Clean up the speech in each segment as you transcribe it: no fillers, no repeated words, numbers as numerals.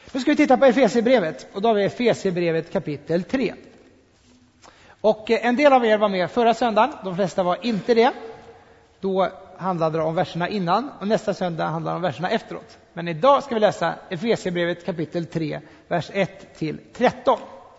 Nu ska vi titta på Efesierbrevet, och då har vi Efesierbrevet kapitel 3. Och en del av er var med förra söndagen, de flesta var inte det. Då handlade det om verserna innan, och nästa söndag handlar det om verserna efteråt. Men idag ska vi läsa Efesierbrevet kapitel 3, vers 1-13.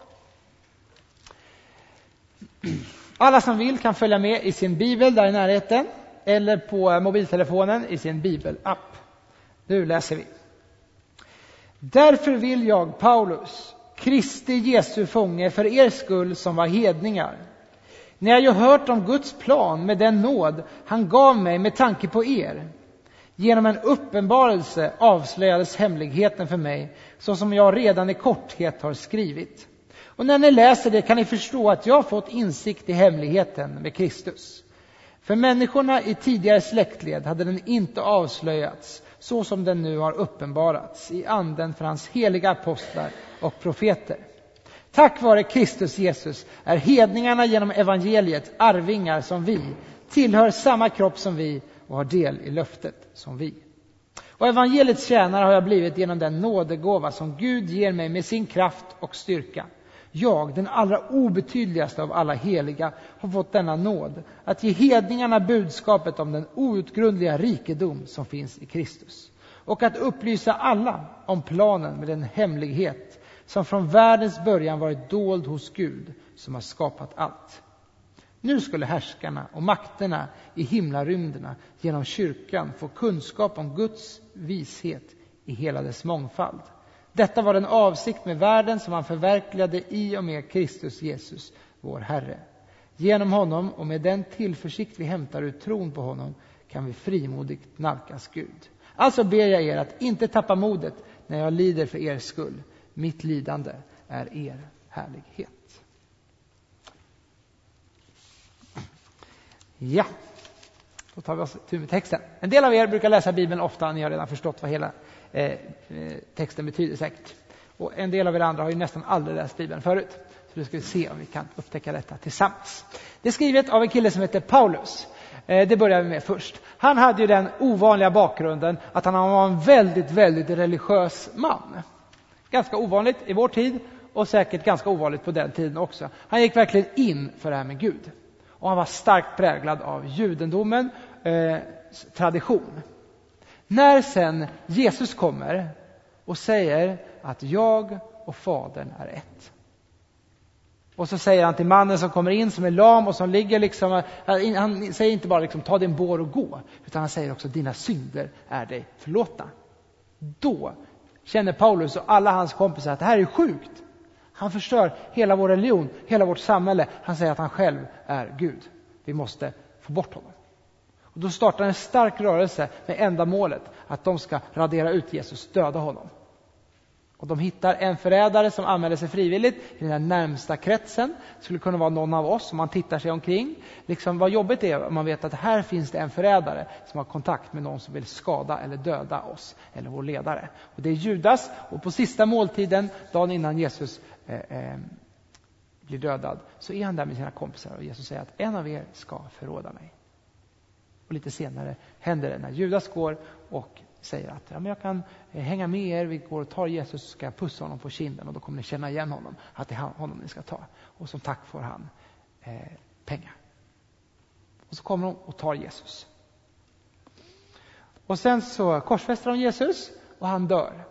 Alla som vill kan följa med i sin bibel där i närheten, eller på mobiltelefonen i sin bibelapp. Nu läser vi. Därför vill jag, Paulus, Kristi Jesu fånge, för er skull som var hedningar. Ni har ju hört om Guds plan med den nåd han gav mig med tanke på er. Genom en uppenbarelse avslöjades hemligheten för mig, så som jag redan i korthet har skrivit. Och när ni läser det kan ni förstå att jag har fått insikt i hemligheten med Kristus. För människorna i tidigare släktled hade den inte avslöjats, så som den nu har uppenbarats i anden för hans heliga apostlar och profeter. Tack vare Kristus Jesus är hedningarna genom evangeliet arvingar som vi, tillhör samma kropp som vi och har del i löftet som vi. Och evangeliets tjänare har jag blivit genom den nådegåva som Gud ger mig med sin kraft och styrka. Jag, den allra obetydligaste av alla heliga, har fått denna nåd att ge hedningarna budskapet om den outgrundliga rikedom som finns i Kristus. Och att upplysa alla om planen med den hemlighet som från världens början varit dold hos Gud som har skapat allt. Nu skulle härskarna och makterna i himlarymderna genom kyrkan få kunskap om Guds vishet i hela dess mångfald. Detta var den avsikt med världen som han förverkligade i och med Kristus Jesus, vår Herre. Genom honom och med den tillförsikt vi hämtar ur tron på honom kan vi frimodigt nalkas Gud. Alltså ber jag er att inte tappa modet när jag lider för er skull. Mitt lidande är er härlighet. Ja, då tar vi oss tur med texten. En del av er brukar läsa Bibeln ofta, ni har redan förstått vad hela texten betyder säkert. Och en del av er andra har ju nästan aldrig läst Bibeln förut. Så nu ska vi se om vi kan upptäcka detta tillsammans. Det är skrivet av en kille som heter Paulus. Det börjar vi med först. Han hade ju den ovanliga bakgrunden att han var en väldigt, väldigt religiös man. Ganska ovanligt i vår tid och säkert ganska ovanligt på den tiden också. Han gick verkligen in för det här med Gud. Och han var starkt präglad av judendomen, tradition. När sen Jesus kommer och säger att jag och Fadern är ett. Och så säger han till mannen som kommer in som är lam och som ligger liksom, han säger inte bara liksom, ta din bår och gå, utan han säger också dina synder är dig förlåtna. Då känner Paulus och alla hans kompisar att det här är sjukt. Han förstör hela vår religion, hela vårt samhälle. Han säger att han själv är Gud. Vi måste få bort honom. Och då startar en stark rörelse med enda målet att de ska radera ut Jesus, döda honom. Och de hittar en förrädare som anmäler sig frivilligt i den här närmsta kretsen. Det skulle kunna vara någon av oss om man tittar sig omkring. Liksom vad jobbigt är om man vet att här finns det en förrädare som har kontakt med någon som vill skada eller döda oss eller vår ledare. Och det är Judas, och på sista måltiden, dagen innan Jesus blir dödad, så är han där med sina kompisar och Jesus säger att en av er ska förråda mig. Och lite senare händer det när Judas går och säger att ja, men jag kan hänga med er, vi går och tar Jesus, så ska jag pussa honom på kinden och då kommer ni känna igen honom, att det är honom ni ska ta. Och som tack får han pengar. Och så kommer de och tar Jesus. Och sen så korsfäster de Jesus och han dör.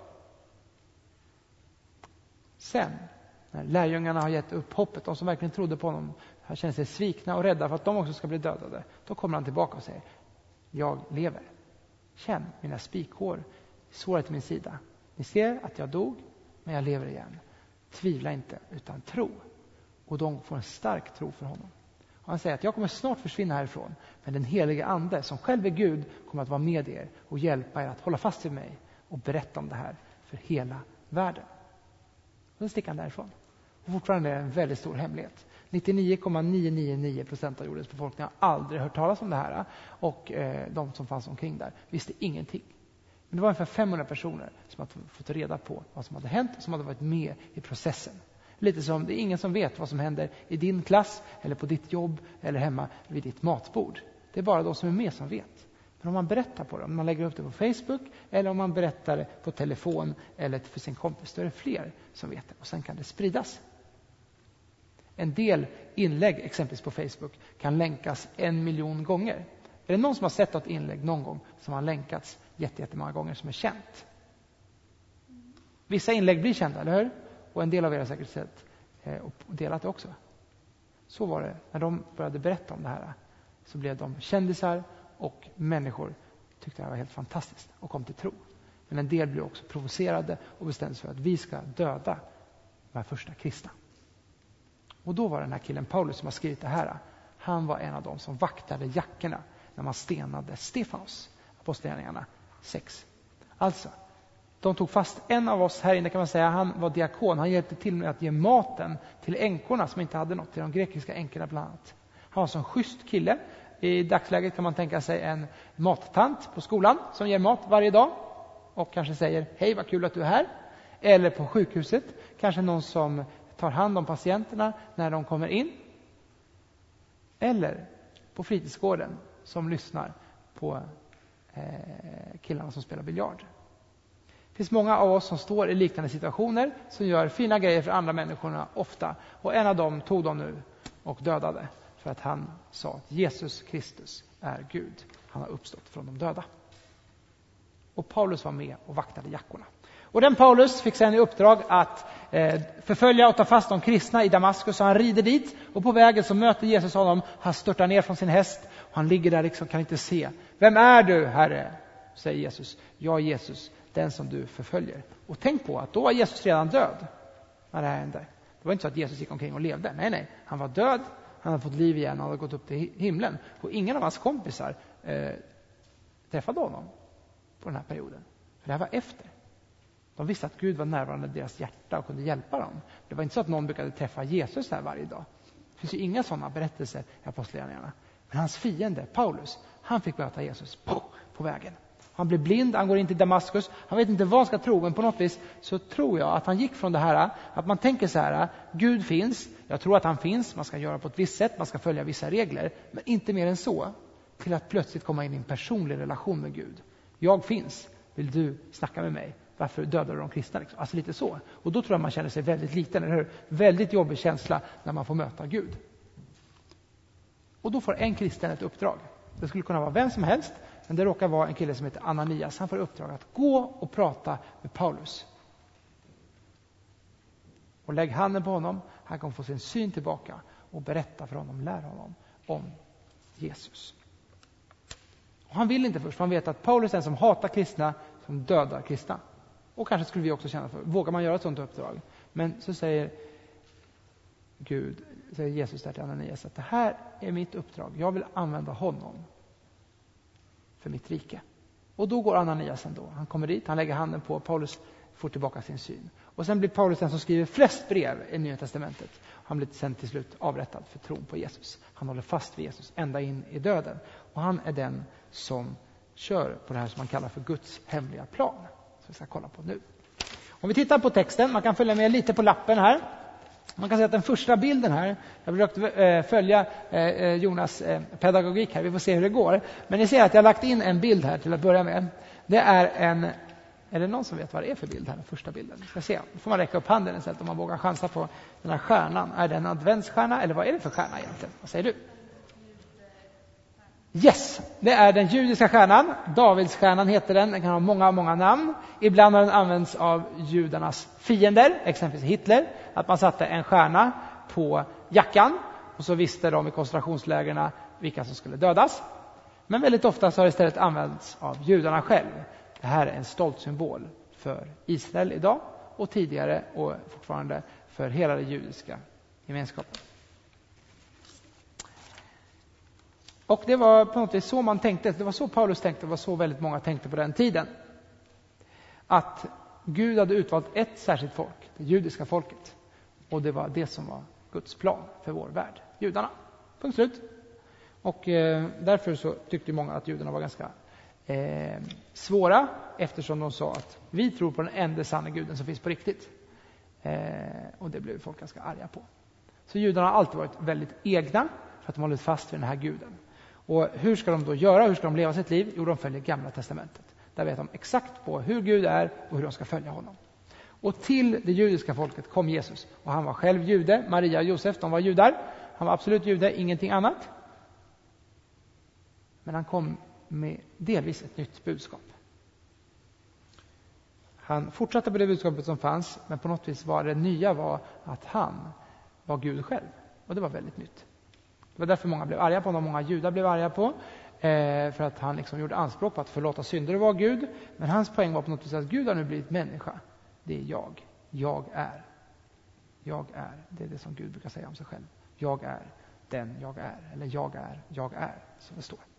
Sen, när lärjungarna har gett upp hoppet, de som verkligen trodde på honom har känt sig svikna och rädda för att de också ska bli dödade, då kommer han tillbaka och säger, jag lever. Känn mina spikhår i såret till min sida. Ni ser att jag dog, men jag lever igen. Tvivla inte, utan tro. Och de får en stark tro för honom. Och han säger att jag kommer snart försvinna härifrån, men den heliga ande som själv är Gud kommer att vara med er och hjälpa er att hålla fast vid mig och berätta om det här för hela världen. Och så sticker han därifrån. Och fortfarande är det en väldigt stor hemlighet. 99,999% av jordens befolkning har aldrig hört talas om det här. Och de som fanns omkring där visste ingenting. Men det var ungefär 500 personer som hade fått reda på vad som hade hänt och som hade varit med i processen. Lite som det är ingen som vet vad som händer i din klass eller på ditt jobb eller hemma vid ditt matbord. Det är bara de som är med som vet. Men om man berättar på det, om man lägger upp det på Facebook eller om man berättar det på telefon eller för sin kompis, då är det fler som vet det och sen kan det spridas. En del inlägg exempelvis på Facebook kan länkas 1 miljon gånger. Är det någon som har sett ett inlägg någon gång som har länkats jättemånga gånger som är känt? Vissa inlägg blir kända, eller hur? Och en del av er har säkert sett och delat det också. Så var det när de började berätta om det här. Så blev de kändisar och människor tyckte det var helt fantastiskt och kom till tro. Men en del blev också provocerade och bestämde sig för att vi ska döda de här första kristna. Och då var den här killen Paulus som har skrivit det här. Han var en av dem som vaktade jackorna när man stenade Stefanos. Apostlagärningarna 6. Alltså, de tog fast en av oss här inne kan man säga. Han var diakon. Han hjälpte till med att ge maten till änkorna som inte hade något. Till de grekiska änkorna bland annat. Han var en sån schysst kille. I dagsläget kan man tänka sig en mattant på skolan som ger mat varje dag. Och kanske säger, hej vad kul att du är här. Eller på sjukhuset. Kanske någon som tar hand om patienterna när de kommer in. Eller på fritidsgården som lyssnar på killarna som spelar biljard. Det finns många av oss som står i liknande situationer som gör fina grejer för andra människorna ofta. Och en av dem tog de nu och dödade för att han sa att Jesus Kristus är Gud. Han har uppstått från de döda. Och Paulus var med och vaktade jackorna. Och den Paulus fick sedan i uppdrag att förfölja och ta fast de kristna i Damaskus. Så han rider dit och på vägen så möter Jesus honom. Han störtar ner från sin häst och han ligger där liksom kan inte se. Vem är du, Herre? Säger Jesus. Jag är Jesus, den som du förföljer. Och tänk på att då var Jesus redan död när det här hände. Det var inte så att Jesus gick omkring och levde. Nej. Han var död, han hade fått liv igen och hade gått upp till himlen. Och ingen av hans kompisar träffade honom på den här perioden. För det här var efter. De visste att Gud var närvarande i deras hjärta och kunde hjälpa dem. Det var inte så att någon brukade träffa Jesus här varje dag. Det finns ju inga sådana berättelser i Apostlagärningarna. Men hans fiende, Paulus, han fick möta Jesus på vägen. Han blir blind, han går in till Damaskus. Han vet inte vad han ska tro, men på något vis så tror jag att han gick från det här. Att man tänker så här, Gud finns, jag tror att han finns, man ska göra på ett visst sätt, man ska följa vissa regler. Men inte mer än så, till att plötsligt komma in i en personlig relation med Gud. Jag finns, vill du snacka med mig? Varför dödar du de kristna? Alltså lite så. Och då tror jag man känner sig väldigt liten, eller hur? Väldigt jobbig känsla när man får möta Gud. Och då får en kristen ett uppdrag. Det skulle kunna vara vem som helst, men det råkar vara en kille som heter Ananias. Han får uppdrag att gå och prata med Paulus. Och lägg handen på honom, han kommer få sin syn tillbaka och berätta för honom, lära honom om Jesus. Och han vill inte först, för han vet att Paulus är den som hatar kristna, som dödar kristna. Och kanske skulle vi också känna för, vågar man göra ett sådant uppdrag? Men så säger Jesus där till Ananias att det här är mitt uppdrag. Jag vill använda honom för mitt rike. Och då går Ananias ändå. Han kommer dit, han lägger handen på Paulus, får tillbaka sin syn. Och sen blir Paulus den som skriver flest brev i Nya Testamentet. Han blir sen till slut avrättad för tron på Jesus. Han håller fast vid Jesus ända in i döden. Och han är den som kör på det här som man kallar för Guds hemliga plan. Så vi ska kolla på nu. Om vi tittar på texten, man kan följa med lite på lappen här. Man kan säga att den första bilden här, jag försökte följa Jonas pedagogik här, vi får se hur det går. Men ni ser att jag har lagt in en bild här till att börja med. Det är det någon som vet vad det är för bild här, den första bilden? Vi ska se, då får man räcka upp handen istället om man vågar chansa på den här stjärnan. Är det en adventsstjärna eller vad är det för stjärna egentligen? Vad säger du? Yes, det är den judiska stjärnan. Davidsstjärnan heter den. Den kan ha många namn. Ibland har den använts av judarnas fiender, exempelvis Hitler. Att man satte en stjärna på jackan och så visste de i koncentrationslägren vilka som skulle dödas. Men väldigt ofta så har det istället använts av judarna själv. Det här är en stolt symbol för Israel idag och tidigare och fortfarande för hela den judiska gemenskapen. Och det var på något vis så man tänkte. Det var så Paulus tänkte. Det var så väldigt många tänkte på den tiden. Att Gud hade utvalt ett särskilt folk. Det judiska folket. Och det var det som var Guds plan för vår värld. Judarna. Punkt slut. Och därför så tyckte många att judarna var ganska svåra. Eftersom de sa att vi tror på den enda sanna guden som finns på riktigt. Och det blev folk ganska arga på. Så judarna har alltid varit väldigt egna. För att de hållit fast vid den här guden. Och hur ska de då göra? Hur ska de leva sitt liv? Jo, de följer Gamla testamentet. Där vet de exakt på hur Gud är och hur de ska följa honom. Och till det judiska folket kom Jesus. Och han var själv jude. Maria och Josef, de var judar. Han var absolut jude, ingenting annat. Men han kom med delvis ett nytt budskap. Han fortsatte på det budskapet som fanns, men på något vis var det nya var att han var Gud själv. Och det var väldigt nytt. Det var därför många blev arga på honom, många judar blev arga på. För att han liksom gjorde anspråk på att förlåta synder och vara Gud. Men hans poäng var på något vis att Gud har nu blivit människa. Det är jag. Jag är. Jag är. Det är det som Gud brukar säga om sig själv. Jag är den jag är. Eller jag är. Som det står.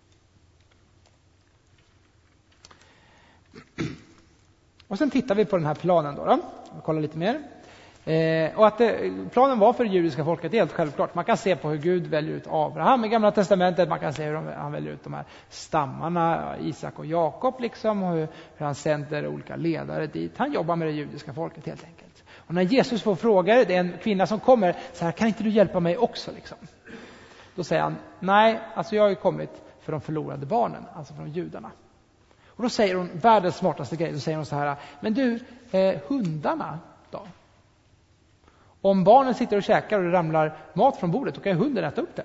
Och sen tittar vi på den här planen då. Vi kollar lite mer. Och att planen var för det judiska folket är helt självklart. Man kan se på hur Gud väljer ut Abraham i Gamla testamentet. Man kan se hur han väljer ut de här stammarna, Isak och Jakob liksom. Och hur han sänder olika ledare dit. Han jobbar med det judiska folket helt enkelt. Och när Jesus får frågor, det är en kvinna som kommer så här, kan inte du hjälpa mig också liksom? Då säger han, nej, alltså jag har ju kommit för de förlorade barnen, alltså från judarna. Och då säger hon världens smartaste grej. Då säger hon så här, men du, hundarna då? Om barnen sitter och käkar och det ramlar mat från bordet, då kan ju hunden äta upp det.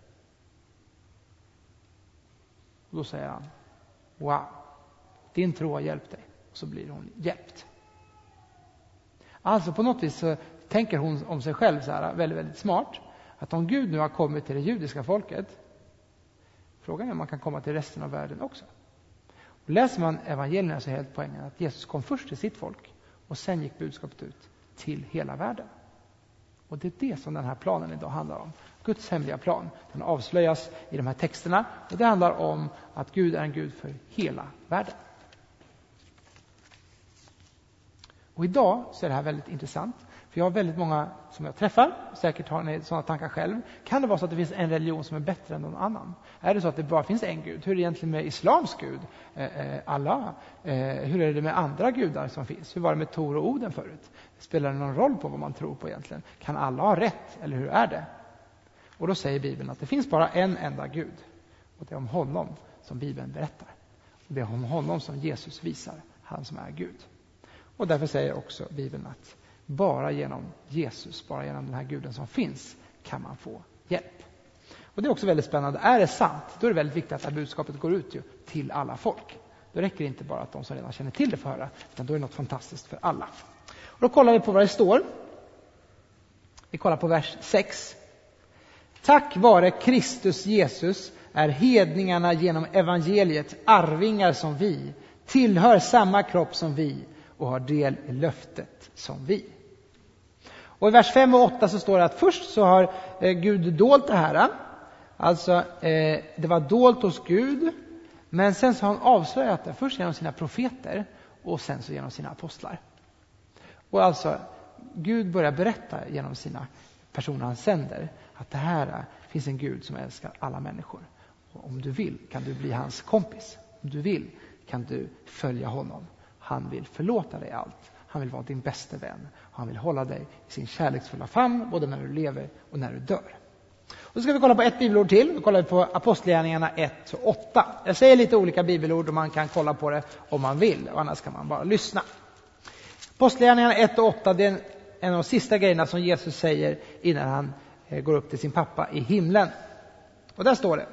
Och då säger han, wow, din tro har hjälpt dig. Och så blir hon hjälpt. Alltså på något vis så tänker hon om sig själv så här, väldigt, väldigt smart. Att om Gud nu har kommit till det judiska folket, frågan är om man kan komma till resten av världen också. Och läser man evangelierna så är helt poängen att Jesus kom först till sitt folk och sen gick budskapet ut till hela världen. Och det är det som den här planen idag handlar om. Guds hemliga plan. Den avslöjas i de här texterna. Och det handlar om att Gud är en Gud för hela världen. Och idag så är det här väldigt intressant. För jag har väldigt många som jag träffar. Säkert har ni sådana tankar själv. Kan det vara så att det finns en religion som är bättre än någon annan? Är det så att det bara finns en Gud? Hur är det egentligen med islams Gud? Allah? Hur är det med andra gudar som finns? Hur var det med Tor och Oden förut? Spelar det någon roll på vad man tror på egentligen? Kan alla ha rätt? Eller hur är det? Och då säger Bibeln att det finns bara en enda Gud. Och det är om honom som Bibeln berättar. Och det är om honom som Jesus visar. Han som är Gud. Och därför säger också Bibeln att bara genom Jesus, bara genom den här guden som finns, kan man få hjälp. Och det är också väldigt spännande. Är det sant, då är det väldigt viktigt att det här budskapet går ut till alla folk. Då räcker det inte bara att de som redan känner till det får höra, utan då är det något fantastiskt för alla. Och då kollar vi på vad det står. Vi kollar på vers 6. Tack vare Kristus Jesus är hedningarna genom evangeliet arvingar som vi, tillhör samma kropp som vi och har del i löftet som vi. Och i vers 5 och 8 så står det att först så har Gud dolt det här. Alltså det var dolt hos Gud. Men sen så har han avslöjat det först genom sina profeter och sen så genom sina apostlar. Och alltså Gud börjar berätta genom sina personer han sänder att det här finns en Gud som älskar alla människor. Och om du vill kan du bli hans kompis. Om du vill kan du följa honom. Han vill förlåta dig allt. Han vill vara din bästa vän. Och han vill hålla dig i sin kärleksfulla famn både när du lever och när du dör. Och så ska vi kolla på ett bibelord till. Vi kollar på Apostlagärningarna 1 och 8. Jag säger lite olika bibelord och man kan kolla på det om man vill. Och annars kan man bara lyssna. Apostlagärningarna 1 och 8, det är en av de sista grejerna som Jesus säger innan han går upp till sin pappa i himlen. Och där står det: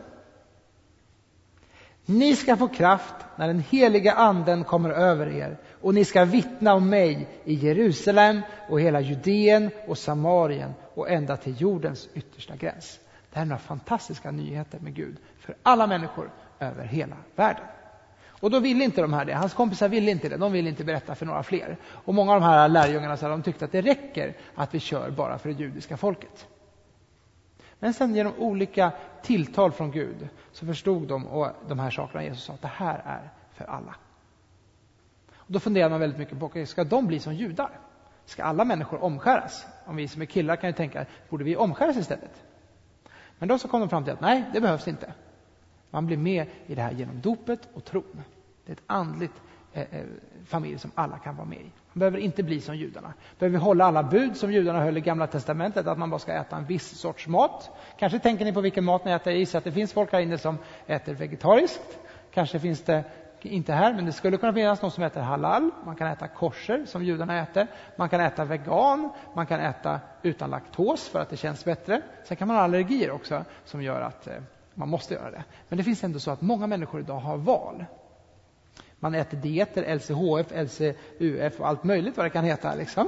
ni ska få kraft när den heliga anden kommer över er, och ni ska vittna om mig i Jerusalem och hela Judeen och Samarien och ända till jordens yttersta gräns. Det här är några fantastiska nyheter med Gud för alla människor över hela världen. Och då ville inte de här det. Hans kompisar ville inte det. De ville inte berätta för några fler. Och många av de här lärjungarna så de tyckte att det räcker att vi kör bara för det judiska folket. Men sen genom olika tilltal från Gud så förstod de här sakerna Jesus sa att det här är för alla. Och då funderar man väldigt mycket på, ska de bli som judar? Ska alla människor omskäras? Om vi som är killar kan ju tänka, borde vi omskäras istället? Men då så kom de fram till att nej, det behövs inte. Man blir med i det här genom dopet och tron. Det är ett andligt familj som alla kan vara med i. Han behöver inte bli som judarna. Behöver hålla alla bud som judarna höll i Gamla testamentet, att man bara ska äta en viss sorts mat. Kanske tänker ni på vilken mat ni äter. Jag gissar att det finns folk här inne som äter vegetariskt. Kanske finns det inte här, men det skulle kunna finnas någon som äter halal. Man kan äta kosher som judarna äter. Man kan äta vegan. Man kan äta utan laktos för att det känns bättre. Sen kan man ha allergier också som gör att man måste göra det. Men det finns ändå så att många människor idag har val. Man äter dieter, LCHF, LCUF och allt möjligt vad det kan heta. Liksom.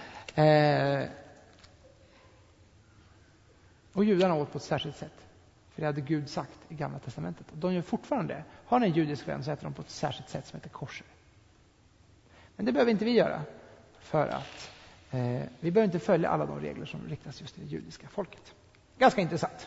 Och judarna åt på ett särskilt sätt. För det hade Gud sagt i Gamla testamentet. Och de gör fortfarande det. Har ni en judisk vän så äter de på ett särskilt sätt som heter kosher. Men det behöver inte vi göra. För att vi behöver inte följa alla de regler som riktas just till det judiska folket. Ganska intressant.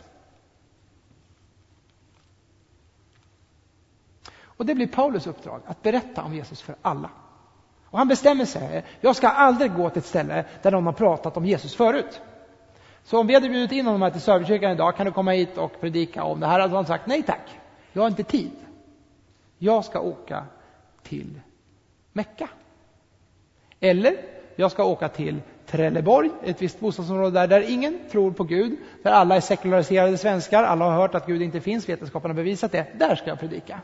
Och det blir Paulus uppdrag att berätta om Jesus för alla. Och han bestämmer sig. Jag ska aldrig gå till ett ställe där någon har pratat om Jesus förut. Så om vi hade bjudit in honom här till Söderkyrkan idag, kan du komma hit och predika om det här? Hade han sagt nej tack, jag har inte tid. Jag ska åka till Mecka. Eller jag ska åka till Trelleborg, ett visst bostadsområde där ingen tror på Gud. Där alla är sekulariserade svenskar, alla har hört att Gud inte finns, vetenskapen har bevisat det. Där ska jag predika.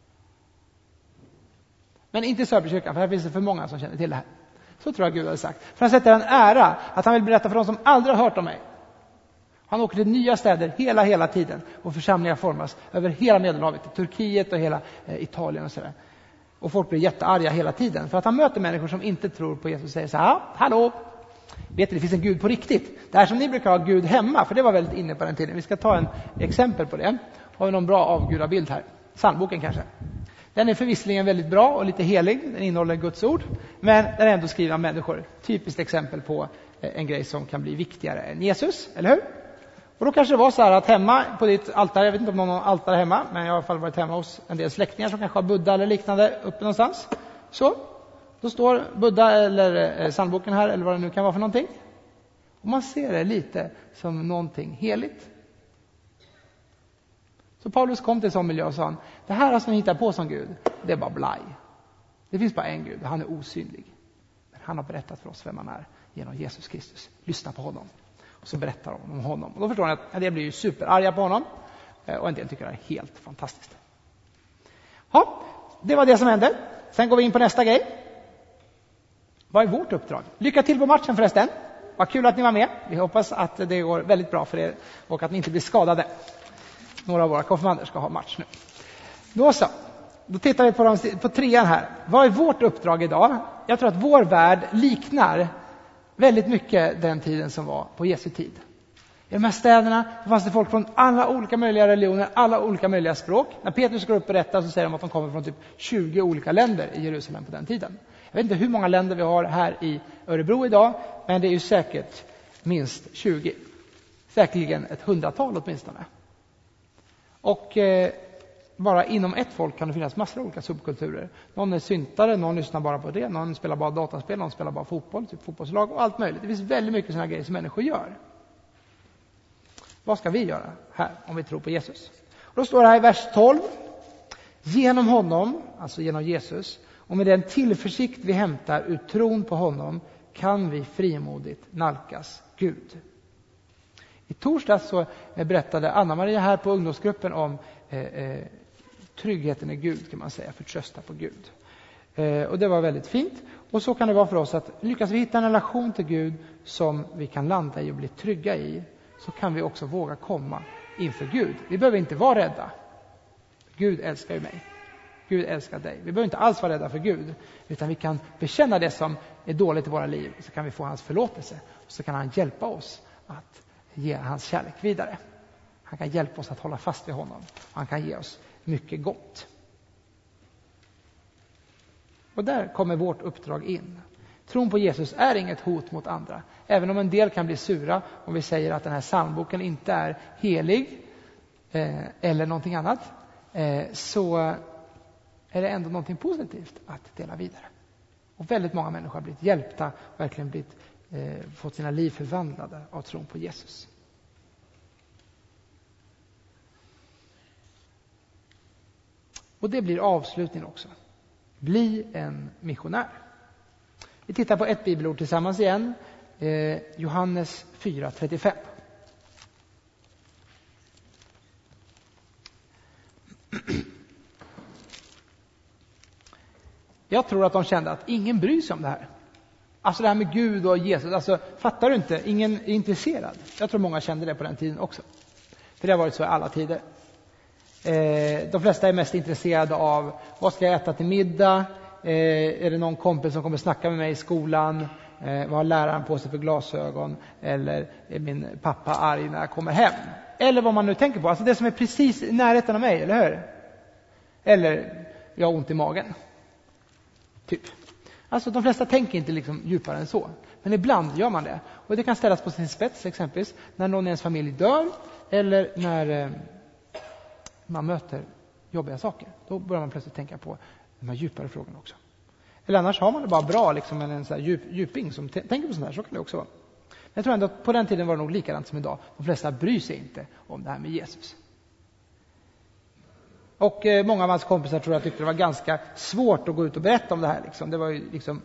Men inte i Söderkyrkan, för här finns det för många som känner till det här. Så tror jag Gud hade sagt. För han sätter en ära att han vill berätta för dem som aldrig har hört om mig. Han åker till nya städer hela tiden. Och församlingar formas över hela Medelhavet. I Turkiet och hela Italien och sådär. Och folk blir jättearga hela tiden. För att han möter människor som inte tror på Jesus och säger så här: hallå, vet du, det finns en Gud på riktigt. Det här som ni brukar ha Gud hemma, för det var väldigt inne på den tiden. Vi ska ta en exempel på det. Har vi någon bra avgudabild här? Psalmboken kanske. Den är förvisserligen väldigt bra och lite helig. Den innehåller Guds ord. Men den är ändå skriven av människor. Typiskt exempel på en grej som kan bli viktigare än Jesus. Eller hur? Och då kanske det var så här att hemma på ditt altare. Jag vet inte om någon har altare hemma. Men jag har i alla fall varit hemma hos en del släktingar som kanske har Buddha eller liknande uppe någonstans. Så. Då står Buddha eller psalmboken här. Eller vad det nu kan vara för någonting. Och man ser det lite som någonting heligt. Så Paulus kom till en sån miljö och sa: det här som ni hittar på som Gud, det är bara blaj. Det finns bara en Gud, han är osynlig. Men han har berättat för oss vem han är genom Jesus Kristus. Lyssna på honom. Och så berättar de om honom. Och då förstår ni att en del blir ju superarga på honom. Och en del tycker det är helt fantastiskt. Ja, det var det som hände. Sen går vi in på nästa grej. Vad är vårt uppdrag? Lycka till på matchen förresten. Vad kul att ni var med. Vi hoppas att det går väldigt bra för er och att ni inte blir skadade. Några av våra konfirmander ska ha match nu. Då tittar vi på trean här. Vad är vårt uppdrag idag? Jag tror att vår värld liknar väldigt mycket den tiden som var på Jesu tid. I de här städerna fanns det folk från alla olika möjliga religioner, alla olika möjliga språk. När Petrus går upp och berättar så säger de att de kommer från typ 20 olika länder i Jerusalem på den tiden. Jag vet inte hur många länder vi har här i Örebro idag, men det är ju säkert minst 20. Säkerligen ett 100-tal åtminstone. Och bara inom ett folk kan det finnas massor av olika subkulturer. Någon är syntare, någon lyssnar bara på det, någon spelar bara dataspel, någon spelar bara fotboll, typ fotbollslag och allt möjligt. Det finns väldigt mycket sådana grejer som människor gör. Vad ska vi göra här om vi tror på Jesus? Och då står det här i vers 12. Genom honom, alltså genom Jesus, och med den tillförsikt vi hämtar ur tron på honom kan vi frimodigt nalkas Gud. I torsdags så berättade Anna-Maria här på ungdomsgruppen om tryggheten i Gud, kan man säga, förtrösta på Gud. Och det var väldigt fint. Och så kan det vara för oss att lyckas vi hitta en relation till Gud som vi kan landa i och bli trygga i, så kan vi också våga komma inför Gud. Vi behöver inte vara rädda. Gud älskar ju mig. Gud älskar dig. Vi behöver inte alls vara rädda för Gud, utan vi kan bekänna det som är dåligt i våra liv, så kan vi få hans förlåtelse. Och så kan han hjälpa oss att ge hans kärlek vidare. Han kan hjälpa oss att hålla fast vid honom. Han kan ge oss mycket gott. Och där kommer vårt uppdrag in. Tron på Jesus är inget hot mot andra. Även om en del kan bli sura om vi säger att den här psalmboken inte är helig eller någonting annat, så är det ändå någonting positivt att dela vidare. Och väldigt många människor har blivit hjälpta och verkligen fått sina liv förvandlade av tron på Jesus. Och det blir avslutningen också. Bli en missionär. Vi tittar på ett bibelord tillsammans igen. Johannes 4:35. Jag tror att de kände att ingen bryr sig om det här. Alltså det här med Gud och Jesus. Alltså, fattar du inte? Ingen är intresserad. Jag tror många kände det på den tiden också. För det har varit så i alla tider. De flesta är mest intresserade av vad ska jag äta till middag? Är det någon kompis som kommer snacka med mig i skolan? Vad har läraren på sig för glasögon? Eller är min pappa arg när jag kommer hem? Eller vad man nu tänker på. Alltså det som är precis i närheten av mig, eller hur? Eller jag har ont i magen. Typ. Alltså de flesta tänker inte liksom djupare än så. Men ibland gör man det. Och det kan ställas på sin spets exempelvis. När någon i ens familj dör. Eller när man möter jobbiga saker. Då börjar man plötsligt tänka på de här djupare frågorna också. Eller annars har man det bara bra liksom en så här djuping som tänker på sånt här. Så kan det också vara. Men jag tror ändå att på den tiden var det nog likadant som idag. De flesta bryr sig inte om det här med Jesus. Och många av hans kompisar tror jag tyckte det var ganska svårt att gå ut och berätta om det här. Liksom. Det var ju liksom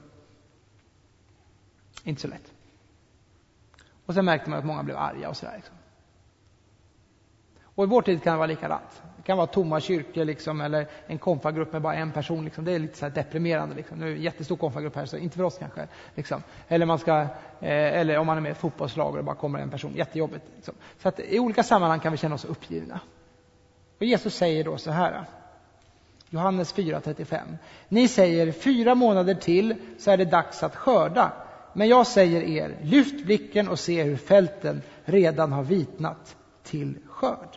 inte så lätt. Och sen märkte man att många blev arga och sådär. Liksom. Och i vår tid kan det vara likadant. Det kan vara tomma kyrkor liksom, eller en konfagrupp med bara en person. Liksom. Det är lite så här deprimerande. Liksom. Nu är det en jättestor konfagrupp här, så inte för oss kanske. Liksom. Eller om man är med i ett fotbollslag och det bara kommer en person. Jättejobbigt. Liksom. Så att i olika sammanhang kan vi känna oss uppgivna. Och Jesus säger då så här. Johannes 4:35. Ni säger 4 månader till så är det dags att skörda. Men jag säger er, lyft blicken och se hur fälten redan har vitnat till skörd.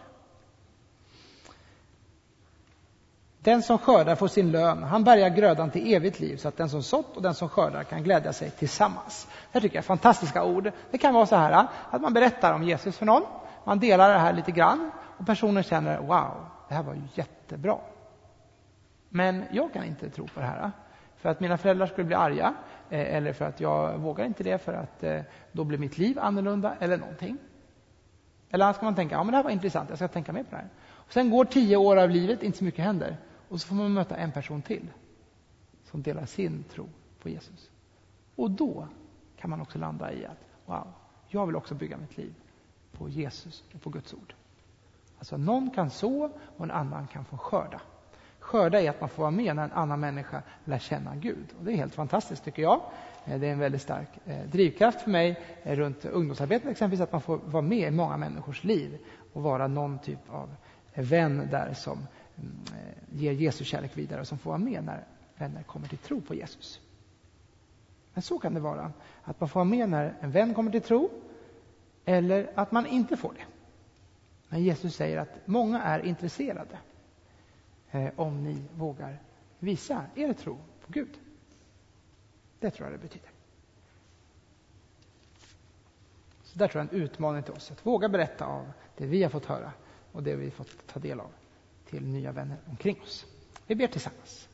Den som skördar får sin lön. Han bärgar grödan till evigt liv så att den som sått och den som skördar kan glädja sig tillsammans. Det tycker jag är fantastiska ord. Det kan vara så här att man berättar om Jesus för någon. Man delar det här lite grann och personen känner, wow, det här var ju jättebra. Men jag kan inte tro på det här. För att mina föräldrar skulle bli arga. Eller för att jag vågar inte det för att då blir mitt liv annorlunda eller någonting. Eller annars ska man tänka, ja men det här var intressant, jag ska tänka mer på det här. Och sen går 10 år av livet, inte så mycket händer. Och så får man möta en person till. Som delar sin tro på Jesus. Och då kan man också landa i att, wow, jag vill också bygga mitt liv på Jesus och på Guds ord. Alltså någon kan så och en annan kan få skörda. Skörda är att man får vara med när en annan människa lär känna Gud. Och det är helt fantastiskt tycker jag. Det är en väldigt stark drivkraft för mig runt ungdomsarbetet exempelvis. Att man får vara med i många människors liv. Och vara någon typ av vän där som ger Jesus kärlek vidare. Och som får vara med när vänner kommer till tro på Jesus. Men så kan det vara. Att man får vara med när en vän kommer till tro. Eller att man inte får det. Men Jesus säger att många är intresserade. Om ni vågar visa er tro på Gud. Det tror jag det betyder. Så där tror jag en utmaning till oss. Att våga berätta av det vi har fått höra. Och det vi fått ta del av. Till nya vänner omkring oss. Vi ber tillsammans.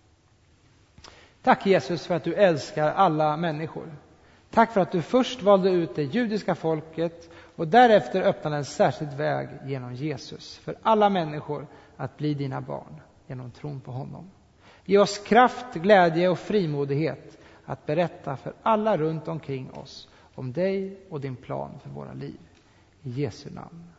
Tack Jesus för att du älskar alla människor. Tack för att du först valde ut det judiska folket. Och därefter öppnade en särskild väg genom Jesus. För alla människor att bli dina barn genom tron på honom. Ge oss kraft, glädje och frimodighet att berätta för alla runt omkring oss om dig och din plan för våra liv. I Jesu namn.